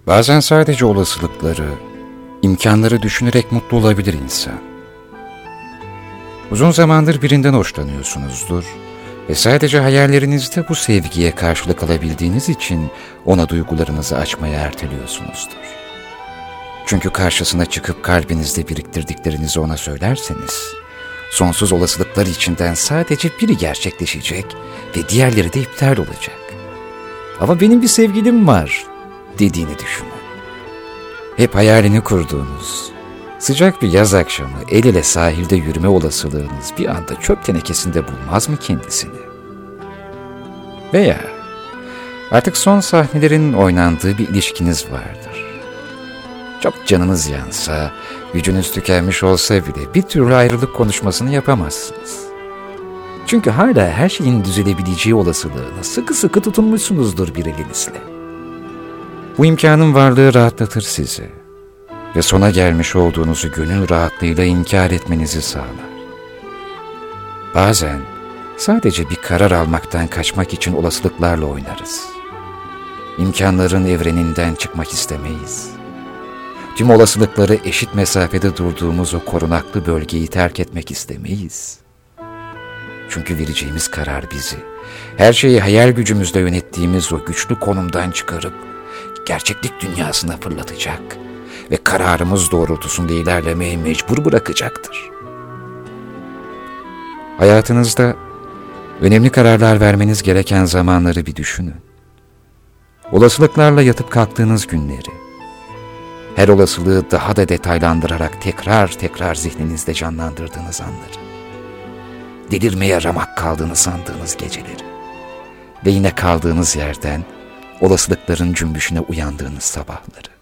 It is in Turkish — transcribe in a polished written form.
Bazen sadece olasılıkları, imkanları düşünerek mutlu olabilir insan. Uzun zamandır birinden hoşlanıyorsunuzdur ve sadece hayallerinizde bu sevgiye karşılık alabildiğiniz için ona duygularınızı açmaya erteliyorsunuzdur. Çünkü karşısına çıkıp kalbinizde biriktirdiklerinizi ona söylerseniz, sonsuz olasılıklar içinden sadece biri gerçekleşecek ve diğerleri de iptal olacak. Ama benim bir sevgilim var dediğini düşünün. Hep hayalini kurduğunuz, sıcak bir yaz akşamı el ele sahilde yürüme olasılığınız bir anda çöp tenekesinde bulmaz mı kendisini? Veya artık son sahnelerin oynandığı bir ilişkiniz vardır. Çok canınız yansa, gücünüz tükenmiş olsa bile bir türlü ayrılık konuşmasını yapamazsınız. Çünkü hala her şeyin düzelebileceği olasılığına sıkı sıkı tutunmuşsunuzdur bir elinizle. Bu imkanın varlığı rahatlatır sizi ve sona gelmiş olduğunuzu gönül rahatlığıyla inkar etmenizi sağlar. Bazen sadece bir karar almaktan kaçmak için olasılıklarla oynarız. İmkanların evreninden çıkmak istemeyiz. Tüm olasılıkları eşit mesafede durduğumuz o korunaklı bölgeyi terk etmek istemeyiz. Çünkü vereceğimiz karar bizi, her şeyi hayal gücümüzle yönettiğimiz o güçlü konumdan çıkarıp gerçeklik dünyasına fırlatacak ve kararımız doğrultusunda ilerlemeye mecbur bırakacaktır. Hayatınızda önemli kararlar vermeniz gereken zamanları bir düşünün. Olasılıklarla yatıp kalktığınız günleri, her olasılığı daha da detaylandırarak tekrar zihninizde canlandırdığınız anları, delirmeye ramak kaldığını sandığınız geceleri ve yine kaldığınız yerden olasılıkların cümbüşüne uyandığınız sabahları.